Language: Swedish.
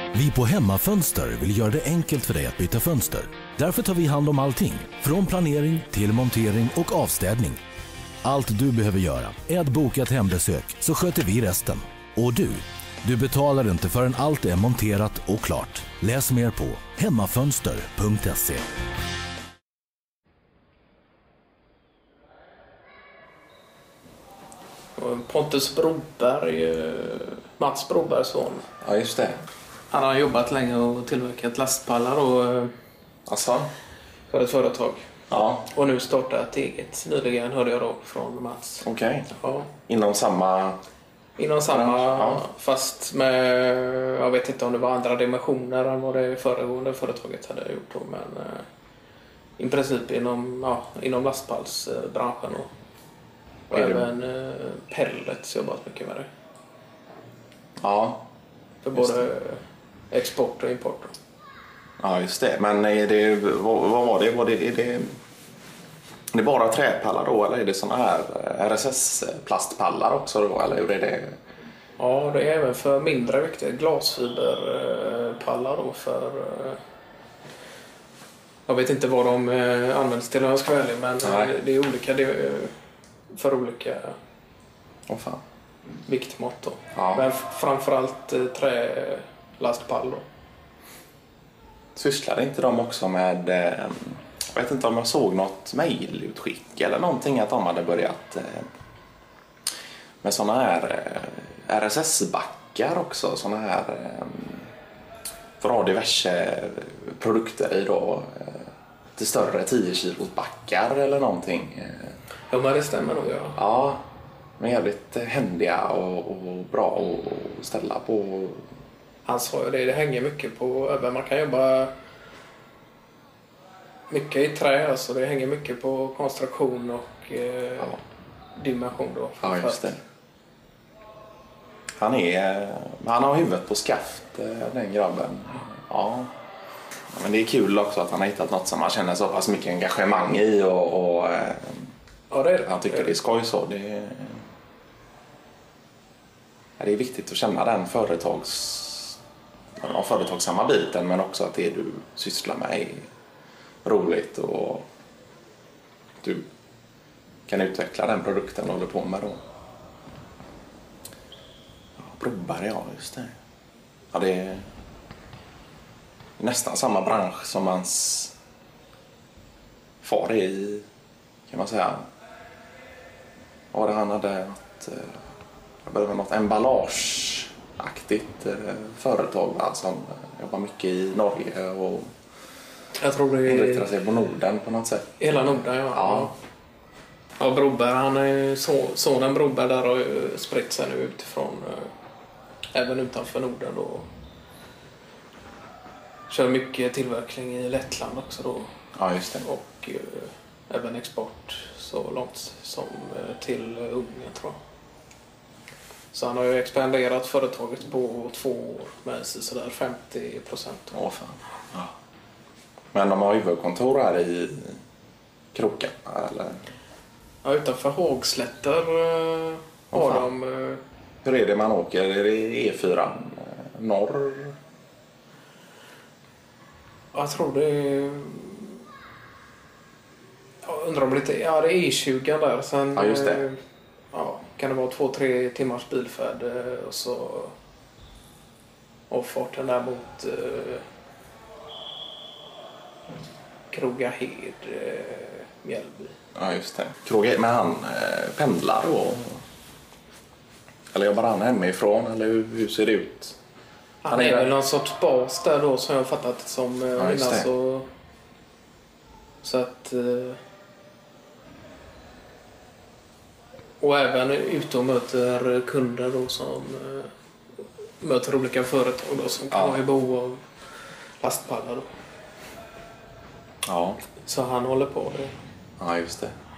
Vi på Hemmafönster vill göra det enkelt för dig att byta fönster. Därför tar vi hand om allting, från planering till montering och avstädning. Allt du behöver göra är att boka ett hembesök, så sköter vi resten. Och du betalar inte förrän allt är monterat och klart. Läs mer på hemmafönster.se. Pontus Broberg, Mats Brobergs son. Ja, just det. Han har jobbat länge och tillverkat lastpallar och för ett företag. Ja. Och nu startat ett eget. Nyligen hörde jag då från Mats. Okej. Ja. Inom samma, ja. Fast med, jag vet inte om det var andra dimensioner än vad det föregående företaget hade gjort då, men i princip inom lastpallsbranschen och även pellets jobbat mycket med det. Ja. För både export och import. Ja, just det. Men är det, vad var det? Är det bara träpallar då, eller är det såna här RSS-plastpallar också då, eller hur är det? Ja, det är även för mindre viktiga glasfiberpallar då för... Jag vet inte vad de används till, jag ska välja, men det är olika för olika viktmått då. Ja. Men framförallt trälastpall då. Sysslar inte de också med, jag vet inte om jag såg något mejlutskick eller någonting, att de hade börjat med såna här RSS-backar också, såna här för att ha diverse produkter i då, till större 10 kilos backar eller någonting. Ja, men det stämmer nog, ja. Ja, men jävligt händiga och bra att ställa på. Han sa ju det hänger mycket på, man kan jobba mycket i trä, alltså det hänger mycket på konstruktion och dimension då. Ja, just det. Han har huvudet på skaft, den grabben. Ja. Men det är kul också att han har hittat något som han känner så pass mycket engagemang i och ja, det är det. Han tycker det är skoj så. Det är viktigt att känna den företagsamma biten, men också att det du sysslar med är roligt och du kan utveckla den produkten du håller på med då. Broberg, ja, just det. Ja, det är nästan samma bransch som hans far är i, kan man säga. Ja, det han hade något emballageaktigt företag, alltså han jobbar mycket i Norge och jag tror det inriktar sig på Norden på något sätt. Hela Norden, ja. Ja, Broberg, han är sonen Broberg där har ju spritt sig nu utifrån även utanför Norden då. Kör mycket tillverkning i Lettland också då. Ja, just det. Och även export så långt som till Ungern, tror jag. Så han har ju expanderat företaget på 2 år med sådär 50%. Åh fan. Ja. Men de har huvudkontor här i Kroken, eller? Ja, utanför Hågslätter har de... Hur är det man åker? Är det E4 norr? Jag tror det är... Jag undrar om det är E20 där. Sen, ja, just det. Kan det vara 2-3 timmars bilfärd och så avfarten där mot Krogahed, Mjällby. Ja, just det. Krogahed, men han pendlar då? Eller jobbar han hemifrån, eller hur ser det ut? Han är väl någon sorts bas där då, som jag har fattat som innan så att och även ute och möter kunder då, som möter olika företag då, som kan ha i behov av lastpallar då. Ja. Så han håller på det. Ja, just det.